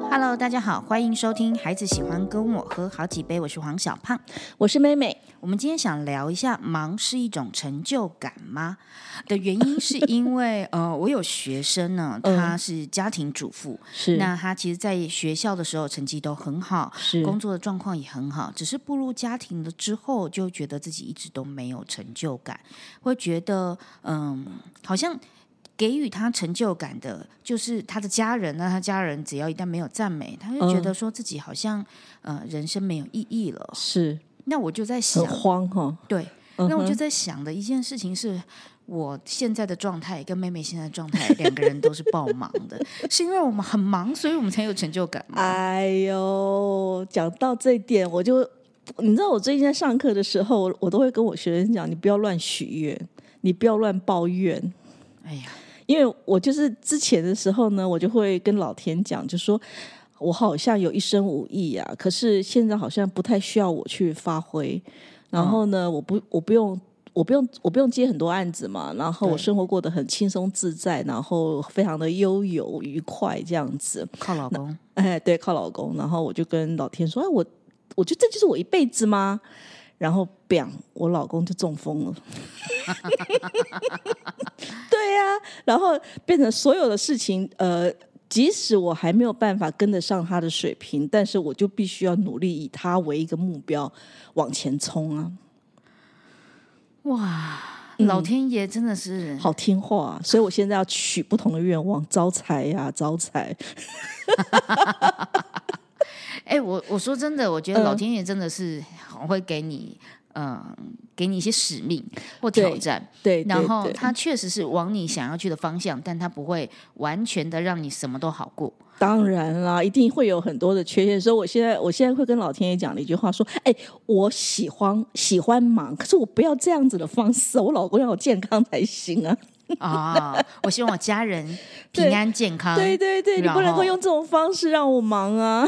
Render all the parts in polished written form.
Hello， 大家好，欢迎收听孩子喜欢跟我喝好几杯，我是黄小胖， 我是妹妹。 我们今天想聊一下忙是一种成就感吗的原因，是因为我有学生呢，他是家庭主妇， 是那他其实在学校的时候成绩都很好， 是工作的状况也很好，只是步入家庭了之后，就觉得自己一直都没有成就感，会觉得好像给予他成就感的就是他的家人，那他家人只要一旦没有赞美，他就觉得说自己好像人生没有意义了。 是， 那我就在想， 很慌哈。 对，那我就在想的一件事情是，我现在的状态跟妹妹现在的状态，两个人都是爆忙的，是因为我们很忙，所以我们才有成就感吗？ 哎呦，讲到这一点，你知道我最近在上课的时候，我都会跟我学生讲，你不要乱许愿，你不要乱抱怨。 哎呀， 因为我就是之前的时候呢，我就会跟老天讲，就说我好像有一身武艺啊，可是现在好像不太需要我去发挥。然后呢，我不用接很多案子嘛，然后我生活过得很轻松自在，然后非常的悠游愉快这样子。 靠老公？ 对，靠老公。然后我就跟老天说，我觉得这就是我一辈子吗？然后 bang， 我老公就中风了。对呀、然后变成所有的事情，即使我还没有办法跟得上他的水平，但是我就必须要努力以他为一个目标往前冲啊！ 哇，老天爷真的是好听话、所以我现在要许不同的愿望，招财呀、招财。 我说真的，我觉得老天爷真的是会给你给你一些使命或挑战， 对， 然后他确实是往你想要去的方向，但他不会完全的让你什么都好过。 当然啦，一定会有很多的缺陷，所以我现在会跟老天爷讲的一句话说：我喜欢忙，可是我不要这样子的方式，我老公要有健康才行啊。 我希望我家人平安健康。 对，你不能够用这种方式让我忙啊。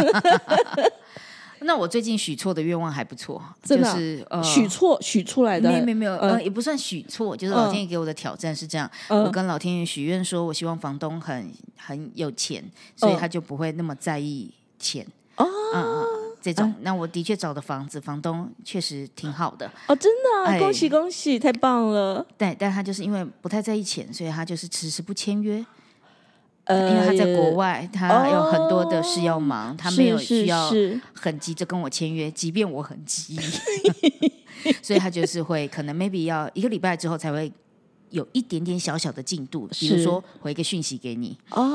那我最近许错的愿望还不错， 真的、 就是许出来的， 没有，也不算许错，就是老天爷给我的挑战是这样，我跟老天爷许愿说，我希望房东很有钱，所以他就不会那么在意钱。这种，那我的确找的房子，房东确实挺好的真的、恭喜恭喜，太棒了。 对，但他就是因为不太在意钱，所以他就是迟迟不签约。因为他在国外，他有很多的事要忙，他没有需要很急着跟我签约，即便我很急，所以他就是会可能 maybe 要1个礼拜之后才会有一点点小小的进度，比如说回个讯息给你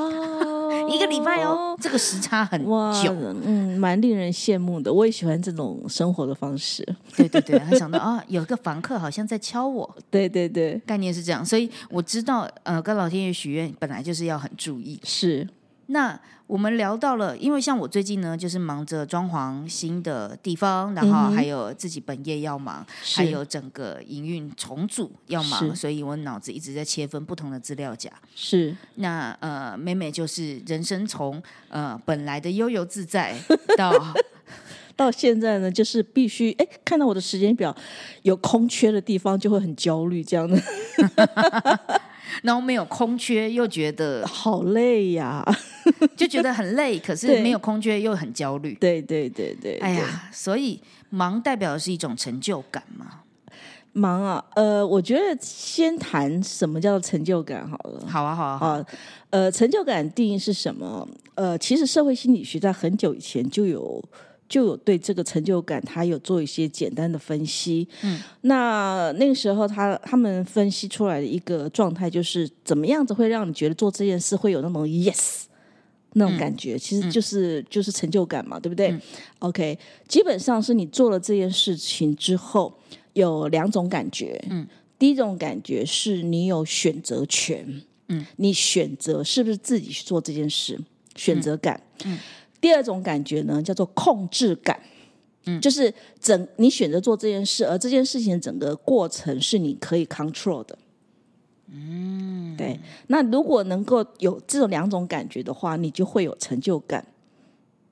1个礼拜这个时差很久， 蛮令人羡慕的。我也喜欢这种生活的方式。 对，他想到有个房客好像在敲我， 对， 概念是这样，所以我知道跟老天爷许愿本来就是要很注意。 是， 那我们聊到了，因为像我最近呢，就是忙着装潢新的地方，然后还有自己本业要忙，还有整个营运重组要忙，所以我脑子一直在切分不同的资料夹。 是， 那妹妹就是人生从本来的悠游自在到现在呢，就是必须看到我的时间表有空缺的地方就会很焦虑，这样的。 然后没有空缺又觉得好累呀， 就觉得很累，可是没有空缺又很焦虑。 对。 哎呀，所以忙代表的是一种成就感嘛？ 忙啊，我觉得先谈什么叫做成就感好了。 好啊。 成就感定义是什么？其实社会心理学在很久以前就有对这个成就感，他有做一些简单的分析。那个时候他们分析出来的一个状态就是怎么样子会让你觉得做这件事会有那种 yes 那种感觉，其实就是成就感嘛，对不对？OK， 基本上是你做了这件事情之后有2种感觉。第一种感觉是你有选择权，你选择是不是自己去做这件事，选择感。第二种感觉呢，叫做控制感，就是你选择做这件事，而这件事情的整个过程是你可以 control 的。对。那如果能够有这种2种感觉的话，你就会有成就感。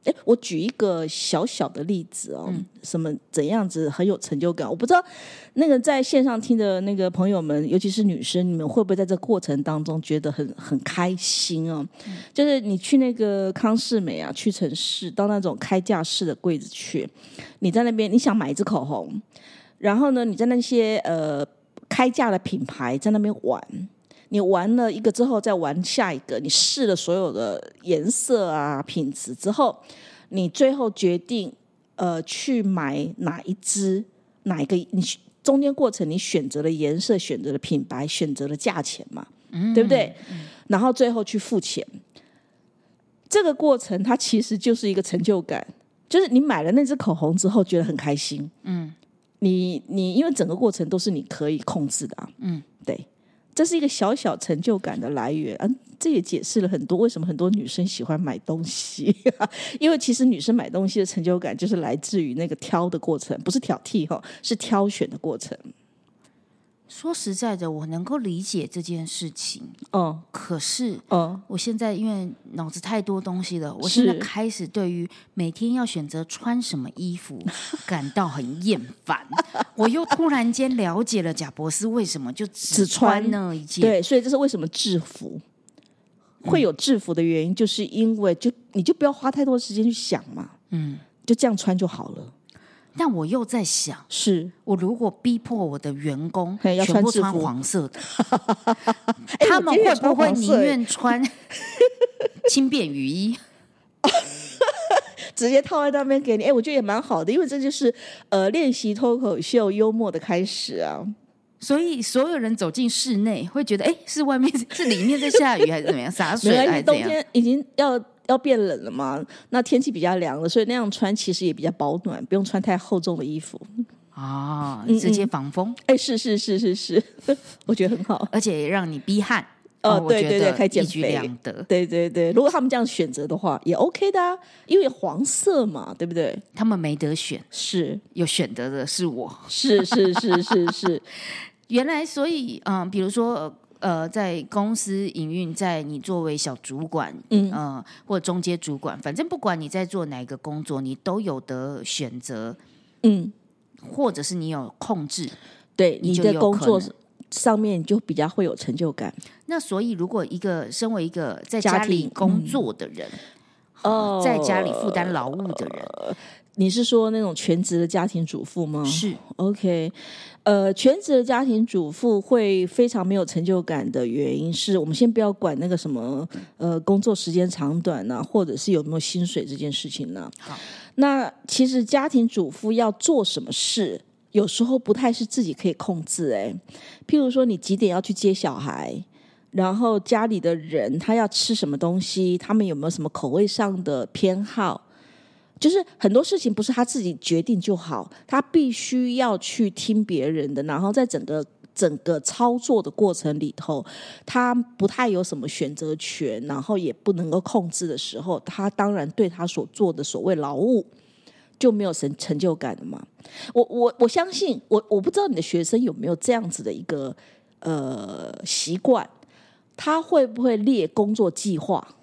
我举一个小小的例子哦，什么怎样子很有成就感？我不知道那个在线上听的那个朋友们，尤其是女生，你们会不会在这过程当中觉得很开心哦？就是你去那个康是美啊、屈臣氏，到那种开架式的柜子去，你在那边你想买一支口红，然后呢，你在那些开架的品牌在那边玩。你玩了一个之后再玩下一个，你试了所有的颜色啊品质之后，你最后决定去买哪一支哪一个，你中间过程你选择了颜色，选择了品牌，选择了价钱嘛，对不对？然后最后去付钱，这个过程它其实就是一个成就感，就是你买了那支口红之后觉得很开心，你因为整个过程都是你可以控制的啊，对。这是一个小小成就感的来源，这也解释了很多为什么很多女生喜欢买东西，因为其实女生买东西的成就感就是来自于那个挑的过程，不是挑剔是挑选的过程。 说实在的，我能够理解这件事情，可是，我现在因为脑子太多东西了，我现在开始对于每天要选择穿什么衣服感到很厌烦。我又突然间了解了贾伯斯为什么就只穿那一件， 对，所以这是为什么制服会有制服的原因，就是因为你就不要花太多时间去想嘛，就这样穿就好了。 但我又在想， 是我如果逼迫我的员工全部穿黄色的，他们会不会宁愿穿轻便雨衣？ 直接套在那边给你，我觉得也蛮好的，因为这就是练习脱口秀幽默的开始啊。 所以所有人走进室内会觉得，是外面是里面在下雨还是怎么样？洒水还是怎样？ 冬天已经要变冷了嘛，那天气比较凉了，所以那样穿其实也比较保暖，不用穿太厚重的衣服啊，直接防风。 是，我觉得很好， 而且也让你逼汗。 对，可以减肥， 量的。 对，如果他们这样选择的话，也 OK 的啊，因为黄色嘛，对不对？ 他们没得选， 是有选择的是我， 是。 原来，所以比如说在公司营运，在你作为小主管，或者中阶主管，反正不管你在做哪一个工作，你都有得选择，或者是你有控制， 对你的工作上面你就比较会有成就感。 那所以，如果身为一个在家里工作的人，在家里负担劳务的人， 你是说那种全职的家庭主妇吗？ 是 OK，全职的家庭主妇会非常没有成就感的原因是我们先不要管那个什么工作时间长短啊，或者是有没有薪水这件事情呢。 好， 那其实家庭主妇要做什么事，有时候不太是自己可以控制。譬如说你几点要去接小孩，然后家里的人他要吃什么东西，他们有没有什么口味上的偏好，就是很多事情不是他自己决定就好，他必须要去听别人的，然后在整个操作的过程里头，他不太有什么选择权，然后也不能够控制的时候，他当然对他所做的所谓劳务就没有成就感了嘛。我相信我不知道你的学生有没有这样子的一个习惯，他会不会列工作计划？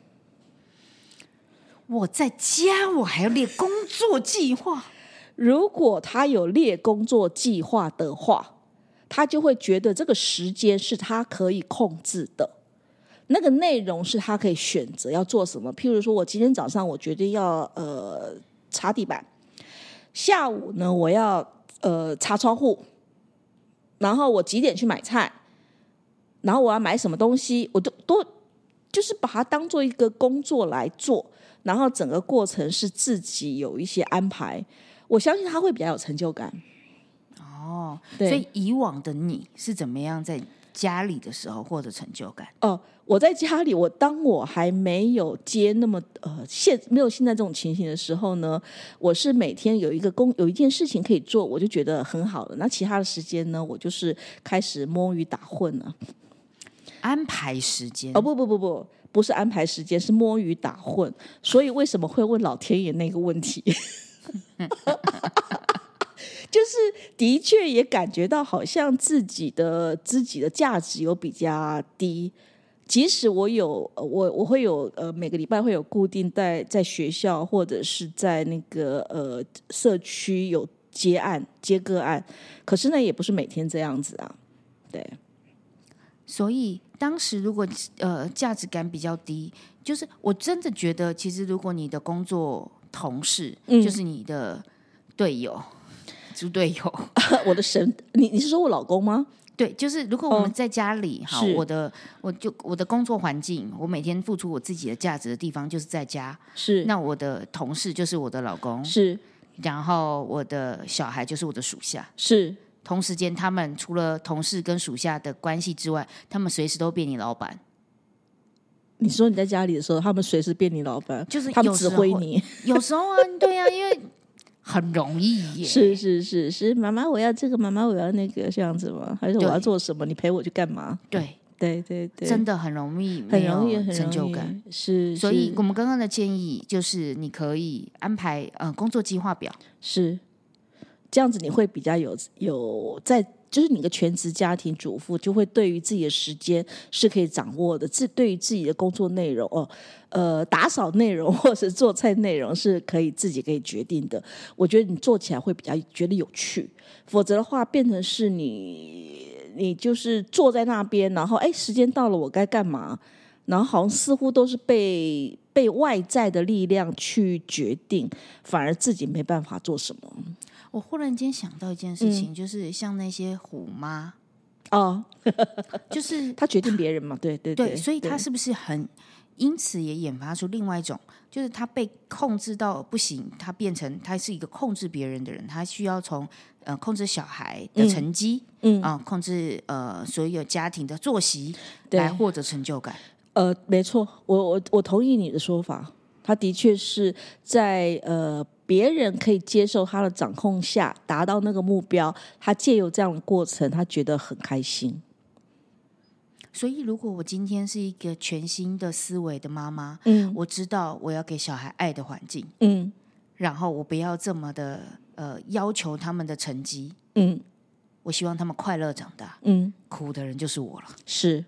我在家我还要列工作计划。 如果他有列工作计划的话，他就会觉得这个时间是他可以控制的，那个内容是他可以选择要做什么。譬如说我今天早上我决定要擦地板，下午呢我要擦窗户，然后我几点去买菜，然后我要买什么东西，我都就是把它当做一个工作来做，然后整个过程是自己有一些安排，我相信他会比较有成就感。 所以以往的你是怎么样在家里的时候获得成就感？ 我在家里，当我还没有接那么没有现在这种情形的时候呢，我是每天有一件事情可以做，我就觉得很好了。那其他的时间呢，我就是开始摸鱼打混了。 安排时间？ 不是安排时间，是摸鱼打混。所以为什么会问老天爷那个问题？就是的确也感觉到好像自己的价值有比较低， 即使我有我会有每个礼拜会有固定在学校或者是在那个社区有接个案，可是呢也不是每天这样子啊，对。 所以当时如果价值感比较低，就是我真的觉得，其实如果你的工作同事，就是你的队友、猪队友， 我的神，你是说我老公吗？ 对，就是如果我们在家里，好，我的工作环境，我每天付出我自己的价值的地方就是在家， 是。 那我的同事就是我的老公， 是。 然后我的小孩就是我的属下， 是。 同时间，他们除了同事跟属下的关系之外，他们随时都变你老板。 你说你在家里的时候，他们随时变你老板， 就是他们指挥你。 有时候啊，对啊，因为很容易耶。 是，妈妈我要这个，妈妈我要那个，这样子吗？还是我要做什么？你陪我去干嘛？ 对， 真的很容易， 很容易成就感。 是， 所以我们刚刚的建议就是，你可以安排工作计划表， 是这样子，你会比较有在。就是你个全职家庭主妇，就会对于自己的时间是可以掌握的，对于自己的工作内容打扫内容或者做菜内容是可以自己可以决定的。我觉得你做起来会比较觉得有趣，否则的话变成是你就是坐在那边，然后时间到了我该干嘛，然后好像似乎都是被外在的力量去决定，反而自己没办法做什么。 我忽然间想到一件事情，就是像那些虎妈就是他决定别人嘛，对， 所以他是不是因此也研发出另外一种，就是他被控制到不行，他是一个控制别人的人，他需要从控制小孩的成绩，控制所有家庭的作息来获得成就感。 没错，我同意你的说法，他的确是在别人可以接受他的掌控下达到那个目标，他借由这样的过程他觉得很开心。 所以如果我今天是一个全新的思维的妈妈，我知道我要给小孩爱的环境，然后我不要这么的要求他们的成绩，我希望他们快乐长大，苦的人就是我了。 是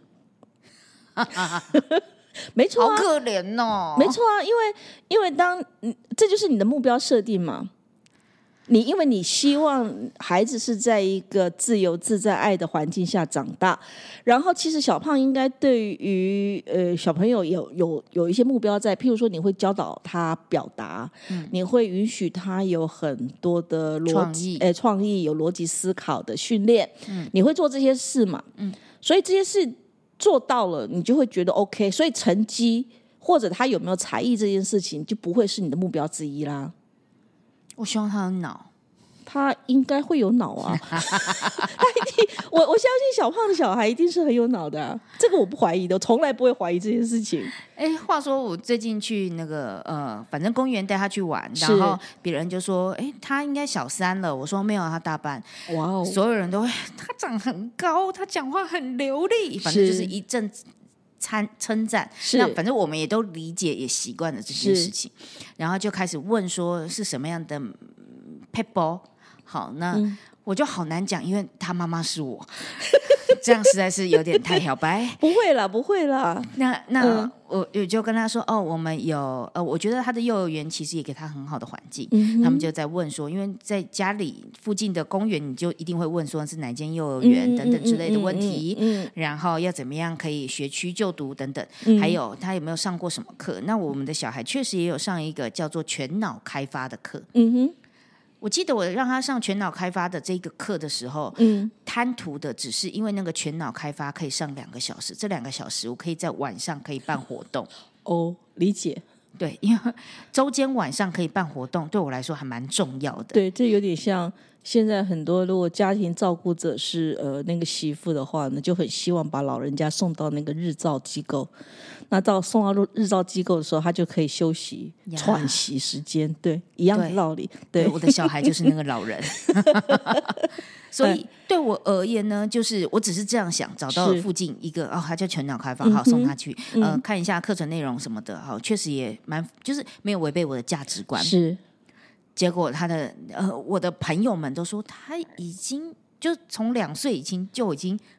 没错， 好可怜哦。 没错啊，因为这就是你的目标设定嘛。因为你希望孩子是在一个自由自在爱的环境下长大，然后其实小胖应该对于小朋友有一些目标在，譬如说你会教导他表达，你会允许他有很多的创意有逻辑思考的训练，你会做这些事嘛，所以这些事做到了，你就会觉得 OK， 所以成绩或者他有没有才艺这件事情就不会是你的目标之一啦。 我希望他有脑， 他应该会有脑啊他一定，我相信小胖的小孩一定是很有脑的啊，这个我不怀疑的，我从来不会怀疑这件事情。 话说我最近去那个反正公园带他去玩，然后别人就说他应该小3了，我说没有，他大班。哇哦！所有人都会，他长很高，他讲话很流利，反正就是一阵称赞。那反正我们也都理解也习惯了这件事情，然后就开始问说是什么样的 people。 好，那我就好难讲，因为他妈妈是我这样实在是有点太小白。 不会啦那我就跟他说我们有我觉得他的幼儿园其实也给他很好的环境，他们就在问说，因为在家里附近的公园你就一定会问说是哪间幼儿园等等之类的问题，然后要怎么样可以学区就读等等，还有他有没有上过什么课。那我们的小孩确实也有上一个叫做全脑开发的课，我记得我让他上全脑开发的这个课的时候，贪图的只是因为那个全脑开发可以上2个小时，这2个小时我可以在晚上可以办活动。 理解。 对，因为周间晚上可以办活动，对我来说还蛮重要的。 对，这有点像现在很多如果家庭照顾者是那个媳妇的话呢，就很希望把老人家送到那个日照机构。那送到日照机构的时候，他就可以休息喘息时间，对，一样的道理。对， 我的小孩就是那个老人所以对我而言呢，就是我只是这样想，找到了附近一个他叫全脑开发，好，送他去看一下课程内容什么的，好，确实也就是没有违背我的价值观。 是， 结果我的朋友们都说他已经就从2岁就已经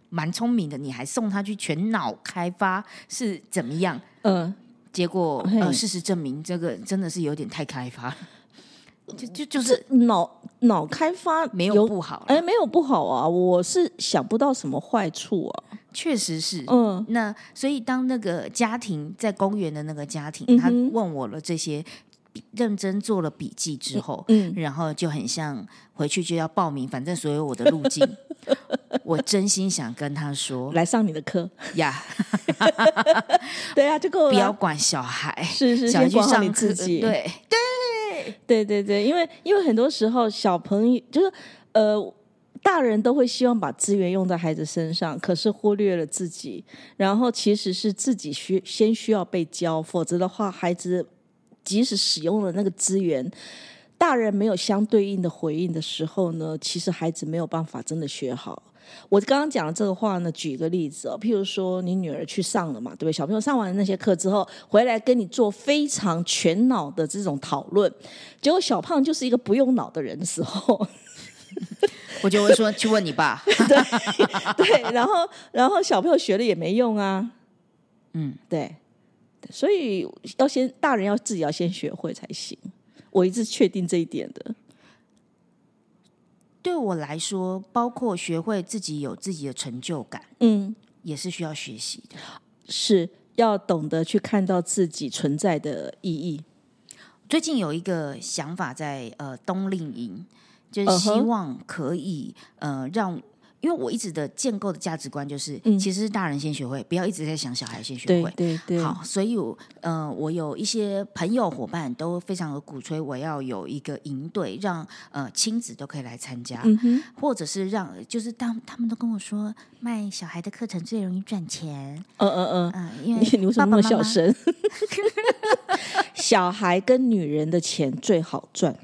蛮聪明的，你还送他去全脑开发是怎么样？结果事实证明这个真的是有点太开发，就是脑开发没有不好， 没有不好啊，我是想不到什么坏处啊。 确实是，那所以当那个家庭在公园的那个家庭，他问我了这些，认真做了笔记之后，然后就很像回去就要报名，反正所有我的路径，我真心想跟他说， 来上你的课呀， 对啊，就够了， 不要管小孩， 是小孩去上你自己， 对， 因为很多时候小朋友就是大人都会希望把资源用在孩子身上，可是忽略了自己，然后其实是自己先需要被教，否则的话，孩子即使使用了那个资源，大人没有相对应的回应的时候呢，其实孩子没有办法真的学好。我刚刚讲的这个话呢，举一个例子譬如说你女儿去上了嘛，对不对？小朋友上完那些课之后，回来跟你做非常全脑的这种讨论，结果小胖就是一个不用脑的人的时候， 我就会说去问你爸。 对，然后小朋友学了也没用啊。对，所以大人自己要先学会才行。我一直确定这一点的。 对我来说，包括学会自己有自己的成就感，也是需要学习的。 是要懂得去看到自己存在的意义。 最近有一个想法在冬令营，就是希望可以让，因为我一直的建构的价值观就是，其实是大人先学会，不要一直在想小孩先学会。 对。 好，所以我有一些朋友伙伴都非常的鼓吹，我要有一个营队，让亲子都可以来参加，或者是让就是他们都跟我说，卖小孩的课程最容易赚钱。因为你为什么那么小声？小孩跟女人的钱最好赚。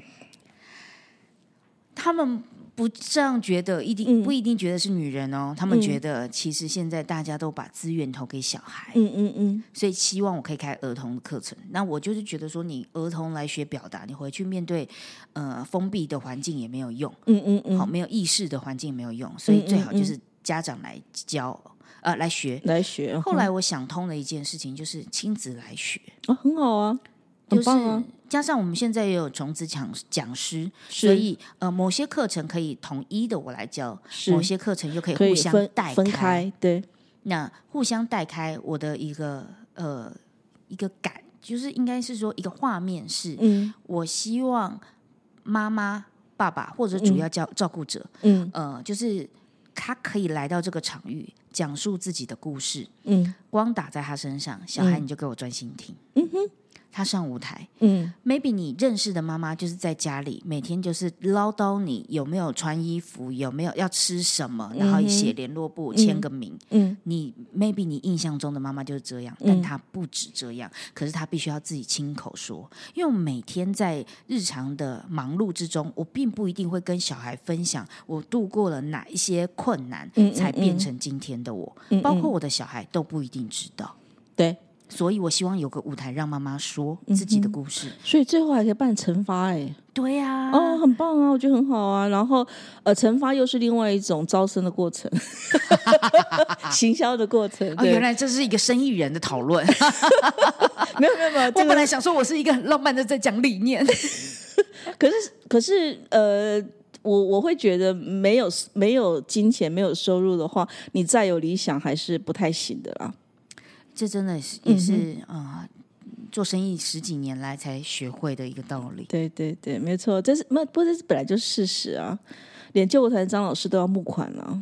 他们不这样觉得，不一定觉得是女人哦。他们觉得其实现在大家都把资源投给小孩，所以希望我可以开儿童的课程。那我就是觉得说，你儿童来学表达，你回去面对封闭的环境也没有用，好，没有意识的环境也没有用，所以最好就是家长来教。来学。后来我想通了一件事情，就是亲子来学很好啊，很棒啊。 加上我们现在也有种子讲师，所以某些课程可以统一的我来教，某些课程又可以互相带开。对， 那互相带开，我的一个感，就是应该是说一个画面是，我希望妈妈、爸爸或者主要照顾者，就是他可以来到这个场域，讲述自己的故事，光打在他身上，小孩你就给我专心听，他上舞台，maybe 你认识的妈妈就是在家里每天就是唠叨你有没有穿衣服，有没有要吃什么，然后写联络簿，签个名，你 maybe 你印象中的妈妈就是这样，但她不止这样，可是她必须要自己亲口说，因为我每天在日常的忙碌之中，我并不一定会跟小孩分享我度过了哪一些困难，才变成今天的我，包括我的小孩都不一定知道。 对， 所以我希望有个舞台让妈妈说自己的故事， 所以最后还可以办惩罚。 对啊， 很棒啊，我觉得很好啊。然后惩罚又是另外一种招生的过程，行销的过程。 原来这是一个生意人的讨论。 没有， 我本来想说我是一个很浪漫的在讲理念， 可是我会觉得没有金钱没有收入的话，你再有理想还是不太行的啦。 这真的是也是做生意10几年来才学会的一个道理。 对，没错，这本来就是事实啊。连救国团张老师都要募款了。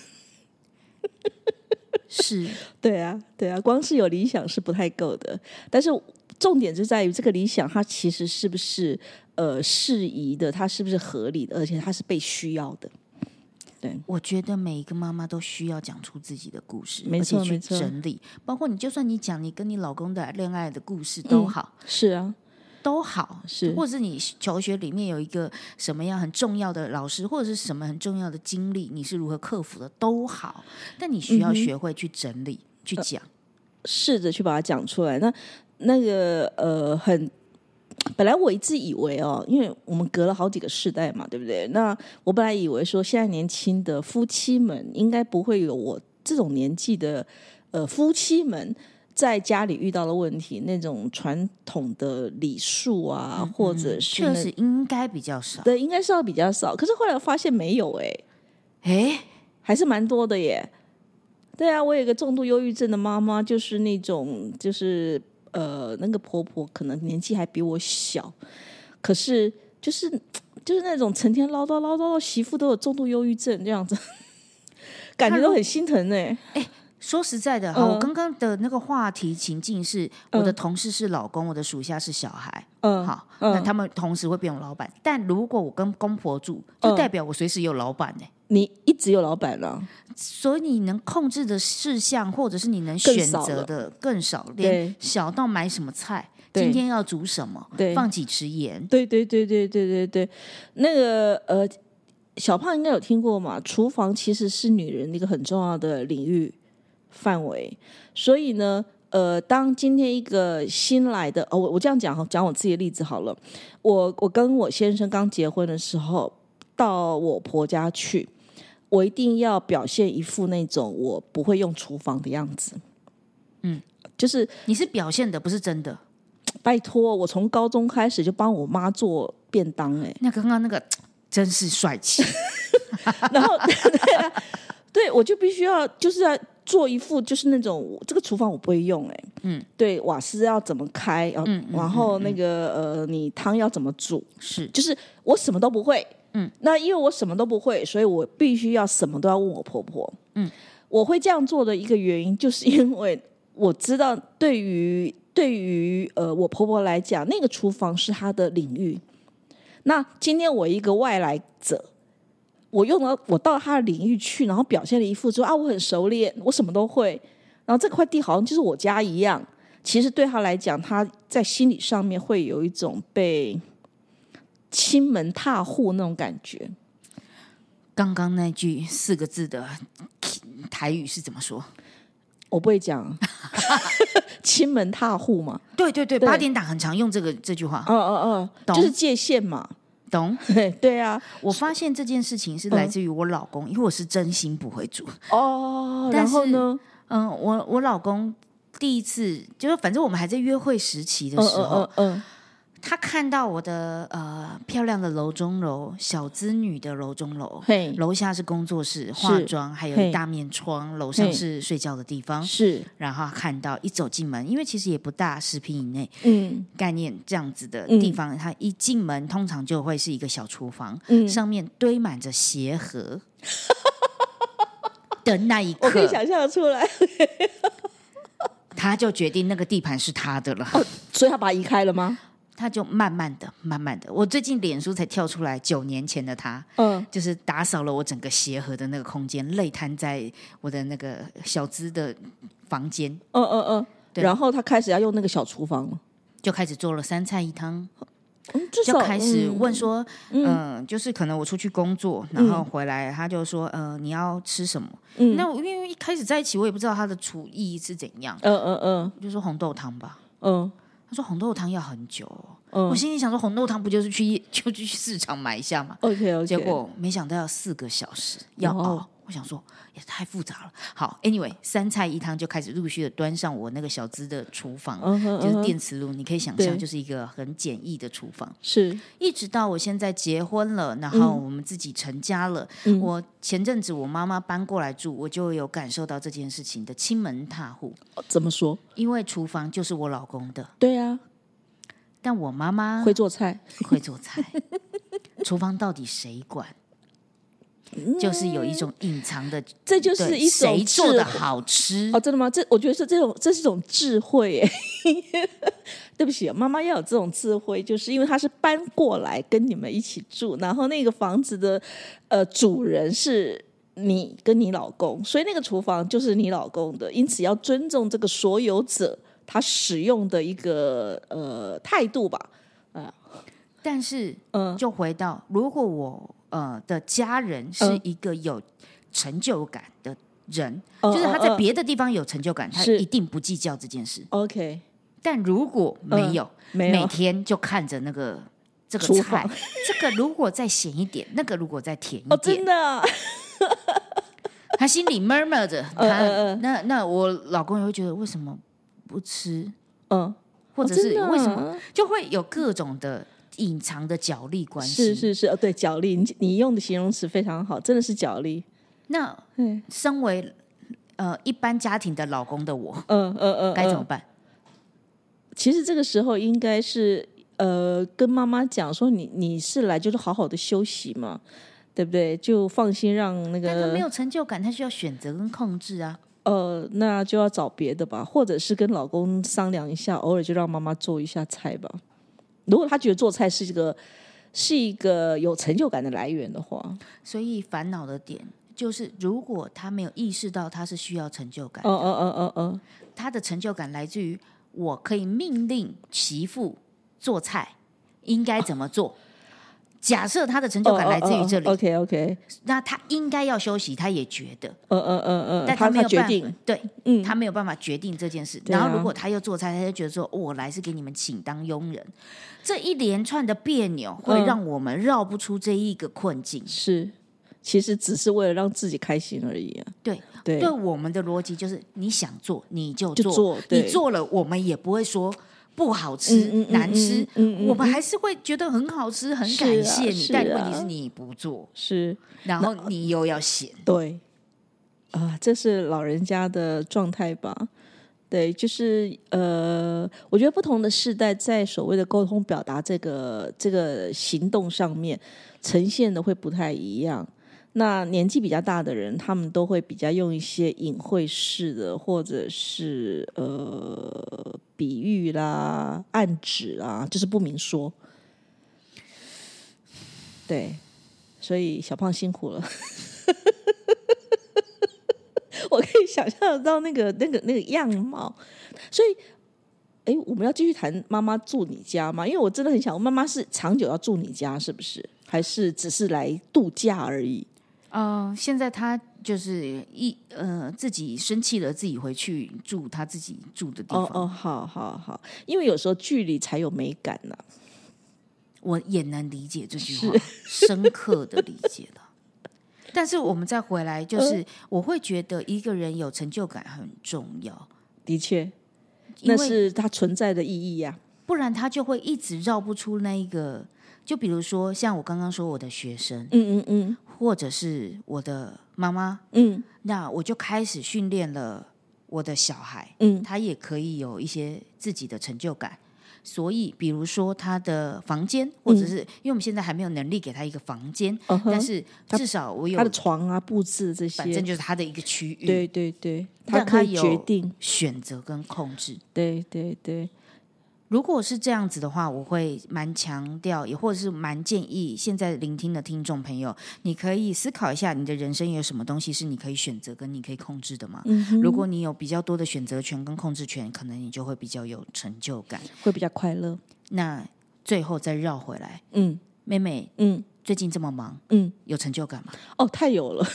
是， 对啊，光是有理想是不太够的。但是重点就在于这个理想，它其实是不是适宜的，它是不是合理的，而且它是被需要的。对， 我觉得每一个妈妈都需要讲出自己的故事， 没错， 而且去整理。包括就算你讲你跟你老公的恋爱的故事都好， 是啊， 都好， 是， 或者是你求学里面有一个什么样很重要的老师，或者是什么很重要的经历，你是如何克服的都好，但你需要学会去整理，去讲， 试着去把它讲出来。那个本来我一直以为因为我们隔了好几个世代嘛，对不对？那我本来以为说现在年轻的夫妻们应该不会有我这种年纪的夫妻们在家里遇到的问题，那种传统的礼数啊，或者是确实应该比较少， 对，应该是要比较少。可是后来我发现没有还是蛮多的耶。对啊，我有一个重度忧郁症的妈妈，就是那种就是那个婆婆可能年纪还比我小，可是就是那种成天唠叨媳妇都有重度忧郁症这样子，感觉都很心疼说实在的，我刚刚的那个话题情境是，我的同事是老公，我的属下是小孩，好，那他们同时会变成老板。但如果我跟公婆住，就代表我随时有老板你一直有老板了， 所以你能控制的事项，或者是你能选择的更少，连小到买什么菜，今天要煮什么，放几匙盐， 对，那个小胖应该有听过嘛？厨房其实是女人一个很重要的领域范围，所以呢，当今天一个新来的，我这样讲我自己的例子好了，我跟我先生刚结婚的时候，到我婆家去。我一定要表现一副那种我不会用厨房的样子，就是你是表现的，不是真的。 拜托，我从高中开始就帮我妈做便当那刚刚那个真是帅气。 然后对，我就必须要就是要做一副就是那种这个厨房我不会用对，瓦斯要怎么开，然后那个你汤要怎么煮，就是我什么都不会。那因为我什么都不会，所以我必须要什么都要问我婆婆。我会这样做的一个原因，就是因为我知道对于我婆婆来讲，那个厨房是她的领域。那今天我一个外来者，我到她的领域去，然后表现了一副说我很熟练，我什么都会，然后这块地好像就是我家一样。其实对她来讲，她在心理上面会有一种被亲门踏户那种感觉。 刚刚那句4个字的台语是怎么说？ 我不会讲。亲门踏户嘛， 对，8点档很常用这句话。 就是界限嘛， 懂？ 对啊， 我发现这件事情是来自于我老公，因为我是真心不会煮。 然后呢？ 我老公第一次就是反正我们还在约会时期的时候，他看到我的漂亮的楼中楼，小资女的楼中楼，楼下是工作室化妆，还有一大面窗，楼上是睡觉的地方，然后看到一走进门，因为其实也不大，10平以内，概念这样子的地方，他一进门通常就会是一个小厨房，上面堆满着鞋盒的那一刻， 我可以想象得出来。 他就决定那个地盘是他的了。 所以他把它移开了吗？ 他就慢慢的，我最近脸书才跳出来9年前的他，就是打扫了我整个鞋盒的那个空间，累瘫在我的那个小资的房间。 然后他开始要用那个小厨房了， 就开始做了3菜1汤。就开始问说，就是可能我出去工作，然后回来，他就说，你要吃什么？那我因为一开始在一起，我也不知道他的厨艺是怎样，我就说红豆汤吧，他说红豆汤要很久，我心里想说红豆汤不就是去市场买一下嘛 OK， 结果没想到要4个小时要熬，我想说也太复杂了。好 ，anyway， 3菜1汤就开始陆续的端上我那个小资的厨房，就是电磁炉，你可以想象就是一个很简易的厨房。 是， 一直到我现在结婚了，然后我们自己成家了，我前阵子我妈妈搬过来住，我就有感受到这件事情的亲门踏户。 怎么说？ 因为厨房就是我老公的。 对啊， 但我妈妈会做菜， 厨房到底谁管？就是有一种隐藏的， 这就是一种谁做的好吃真的吗？我觉得这是一种智慧耶。对不起，妈妈要有这种智慧，就是因为她是搬过来跟你们一起住，然后那个房子的主人是你跟你老公，所以那个厨房就是你老公的，因此要尊重这个所有者他使用的一个态度吧。 但是就回到，如果我的家人是一个有成就感的人，就是他在别的地方有成就感，他一定不计较这件事。 OK， 但如果没有，每天就看着这个菜，这个如果再咸一点，那个如果再甜一点， 真的。 他心里 murmur 着，那我老公也会觉得为什么不吃？或者是为什么，就会有各种的隐藏的角力关系。 是，对，角力，你用的形容词非常好，真的是角力。 那身为一般家庭的老公的我，该怎么办？ 其实这个时候应该是跟妈妈讲说，你是来就是好好的休息嘛，对不对？就放心让那个。 但他没有成就感，他需要选择跟控制啊。 那就要找别的吧，或者是跟老公商量一下，偶尔就让妈妈做一下菜吧。如果他觉得做菜是一个有成就感的来源的话， 所以烦恼的点就是，如果他没有意识到他是需要成就感他的成就感来自于我可以命令媳妇做菜应该怎么做。假设他的成就感来自于这里 ，OK， 那他应该要休息，他也觉得， 但他没有决定， 对，他没有办法决定这件事。然后如果他又做菜，他就觉得说，我来是给你们请当佣人，这一连串的别扭会让我们绕不出这一个困境。 是，其实只是为了让自己开心而已啊。 对，我们的逻辑就是你想做你就做，你做了我们也不会说不好吃难吃，我们还是会觉得很好吃，很感谢你。但问题是你不做，然后你又要嫌。 对这是老人家的状态吧。对，就是我觉得不同的世代在所谓的沟通表达这个行动上面呈现的会不太一样。那年纪比较大的人，他们都会比较用一些隐晦式的，或者是比喻啦、暗指啦，就是不明说。对，所以小胖辛苦了。我可以想象得到那个样貌。所以，我们要继续谈妈妈住你家吗？因为我真的很想，妈妈是长久要住你家，是不是？还是只是来度假而已？ 现在他就是自己生气了，自己回去住他自己住的地方。 好，因为有时候距离才有美感呢。 我也能理解这句话，深刻的理解了。但是我们再回来，就是我会觉得一个人有成就感很重要。 的确，那是他存在的意义呀。 不然他就会一直绕不出那一个。就比如说，像我刚刚说我的学生，或者是我的妈妈，那我就开始训练了我的小孩，他也可以有一些自己的成就感。所以比如说他的房间，或者是因为我们现在还没有能力给他一个房间，但是至少我有他的床啊、布置这些， 反正就是他的一个区域。 对，他可以决定选择跟控制。 对。 如果是这样子的话，我会蛮强调，也或者是蛮建议现在聆听的听众朋友，你可以思考一下，你的人生有什么东西是你可以选择跟你可以控制的吗？如果你有比较多的选择权跟控制权，可能你就会比较有成就感， 会比较快乐。 那最后再绕回来，妹妹，最近这么忙，有成就感吗？ 太有了。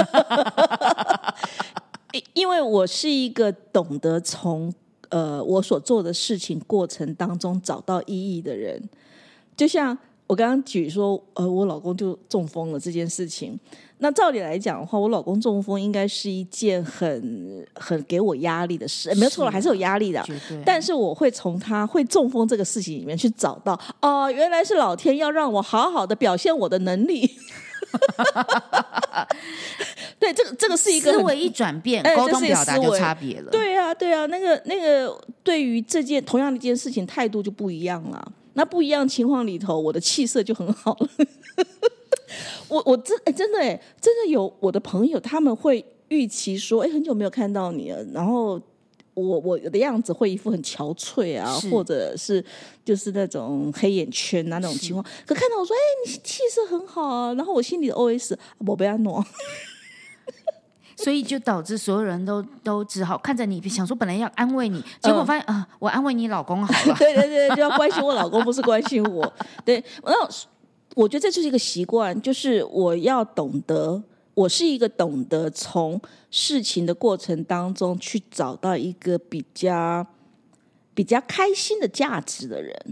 因为我是一个懂得从我所做的事情过程当中找到意义的人。就像我刚刚举说我老公就中风了这件事情，那照理来讲的话，我老公中风应该是一件很给我压力的事，没有错了，还是有压力的。但是我会从他会中风这个事情里面去找到原来是老天要让我好好的表现我的能力。对，这个是一个思维一转变，沟通表达就差别了。 对啊，那个对于同样的一件事情态度就不一样了。那不一样的情况里头，我的气色就很好了。我真的有我的朋友，他们会预期说，很久没有看到你了，然后我的样子会一副很憔悴啊，或者是就是那种黑眼圈啊那种情况。可看到我说，你气色很好啊，然后我心里的 OS 我不要弄。 所以就导致所有人都只好看着你，想说本来要安慰你，结果发现我安慰你老公好了。 对，就要关心我老公，不是关心我。对，我觉得这就是一个习惯，就是我要懂得，我是一个懂得从事情的过程当中去找到一个比较开心的价值的人。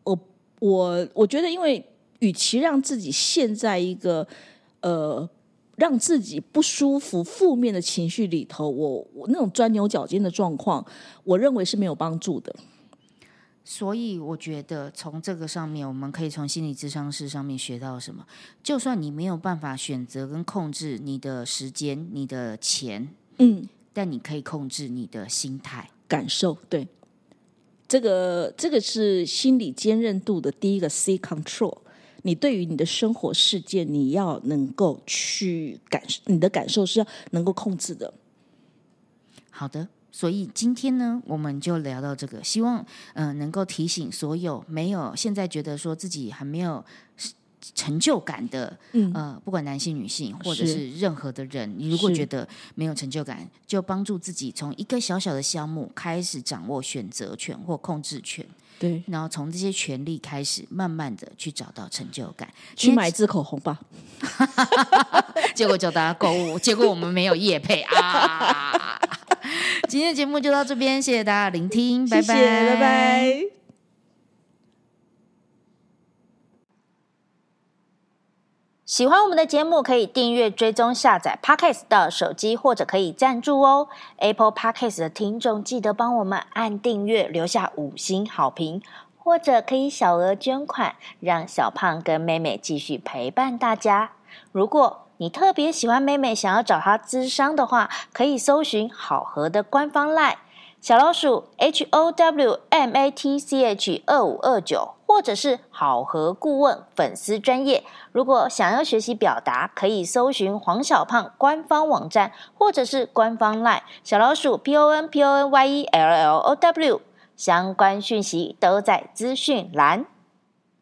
我觉得，因为与其让自己陷在一个让自己不舒服、负面的情绪里头，我那种钻牛角尖的状况，我认为是没有帮助的。 所以我觉得从这个上面，我们可以从心理咨商师上面学到什么？就算你没有办法选择跟控制你的时间、你的钱，但你可以控制你的心态、 感受。对，这个是心理坚韧度的第一个 C control。你对于你的生活事件，你要能够去你的感受是要能够控制的。 好的。所以今天呢，我们就聊到这个，希望能够提醒所有没有现在觉得说自己还没有成就感的，不管男性女性或者是任何的人，你如果觉得没有成就感，就帮助自己从一个小小的项目开始掌握选择权或控制权。 对， 然后从这些权利开始，慢慢的去找到成就感。 去买一支口红吧， 结果叫大家购物，结果我们没有业配啊！今天的节目就到这边，谢谢大家聆听，拜拜， 谢谢，拜拜。 喜欢我们的节目，可以订阅、追踪、下载 Podcast 到手机，或者可以赞助哦。Apple Podcast 的听众记得帮我们按订阅，留下5星好评，或者可以小额捐款，让小胖跟妹妹继续陪伴大家。如果你特别喜欢妹妹，想要找她咨商的话，可以搜寻好和的官方 LINE 小老鼠 HOWMATCH2529，或者是好和顾问粉丝专页。如果想要学习表达，可以搜寻黄小胖官方网站，或者是官方 LINE 小老鼠 PONPONYELLOW， 相关讯息都在资讯栏。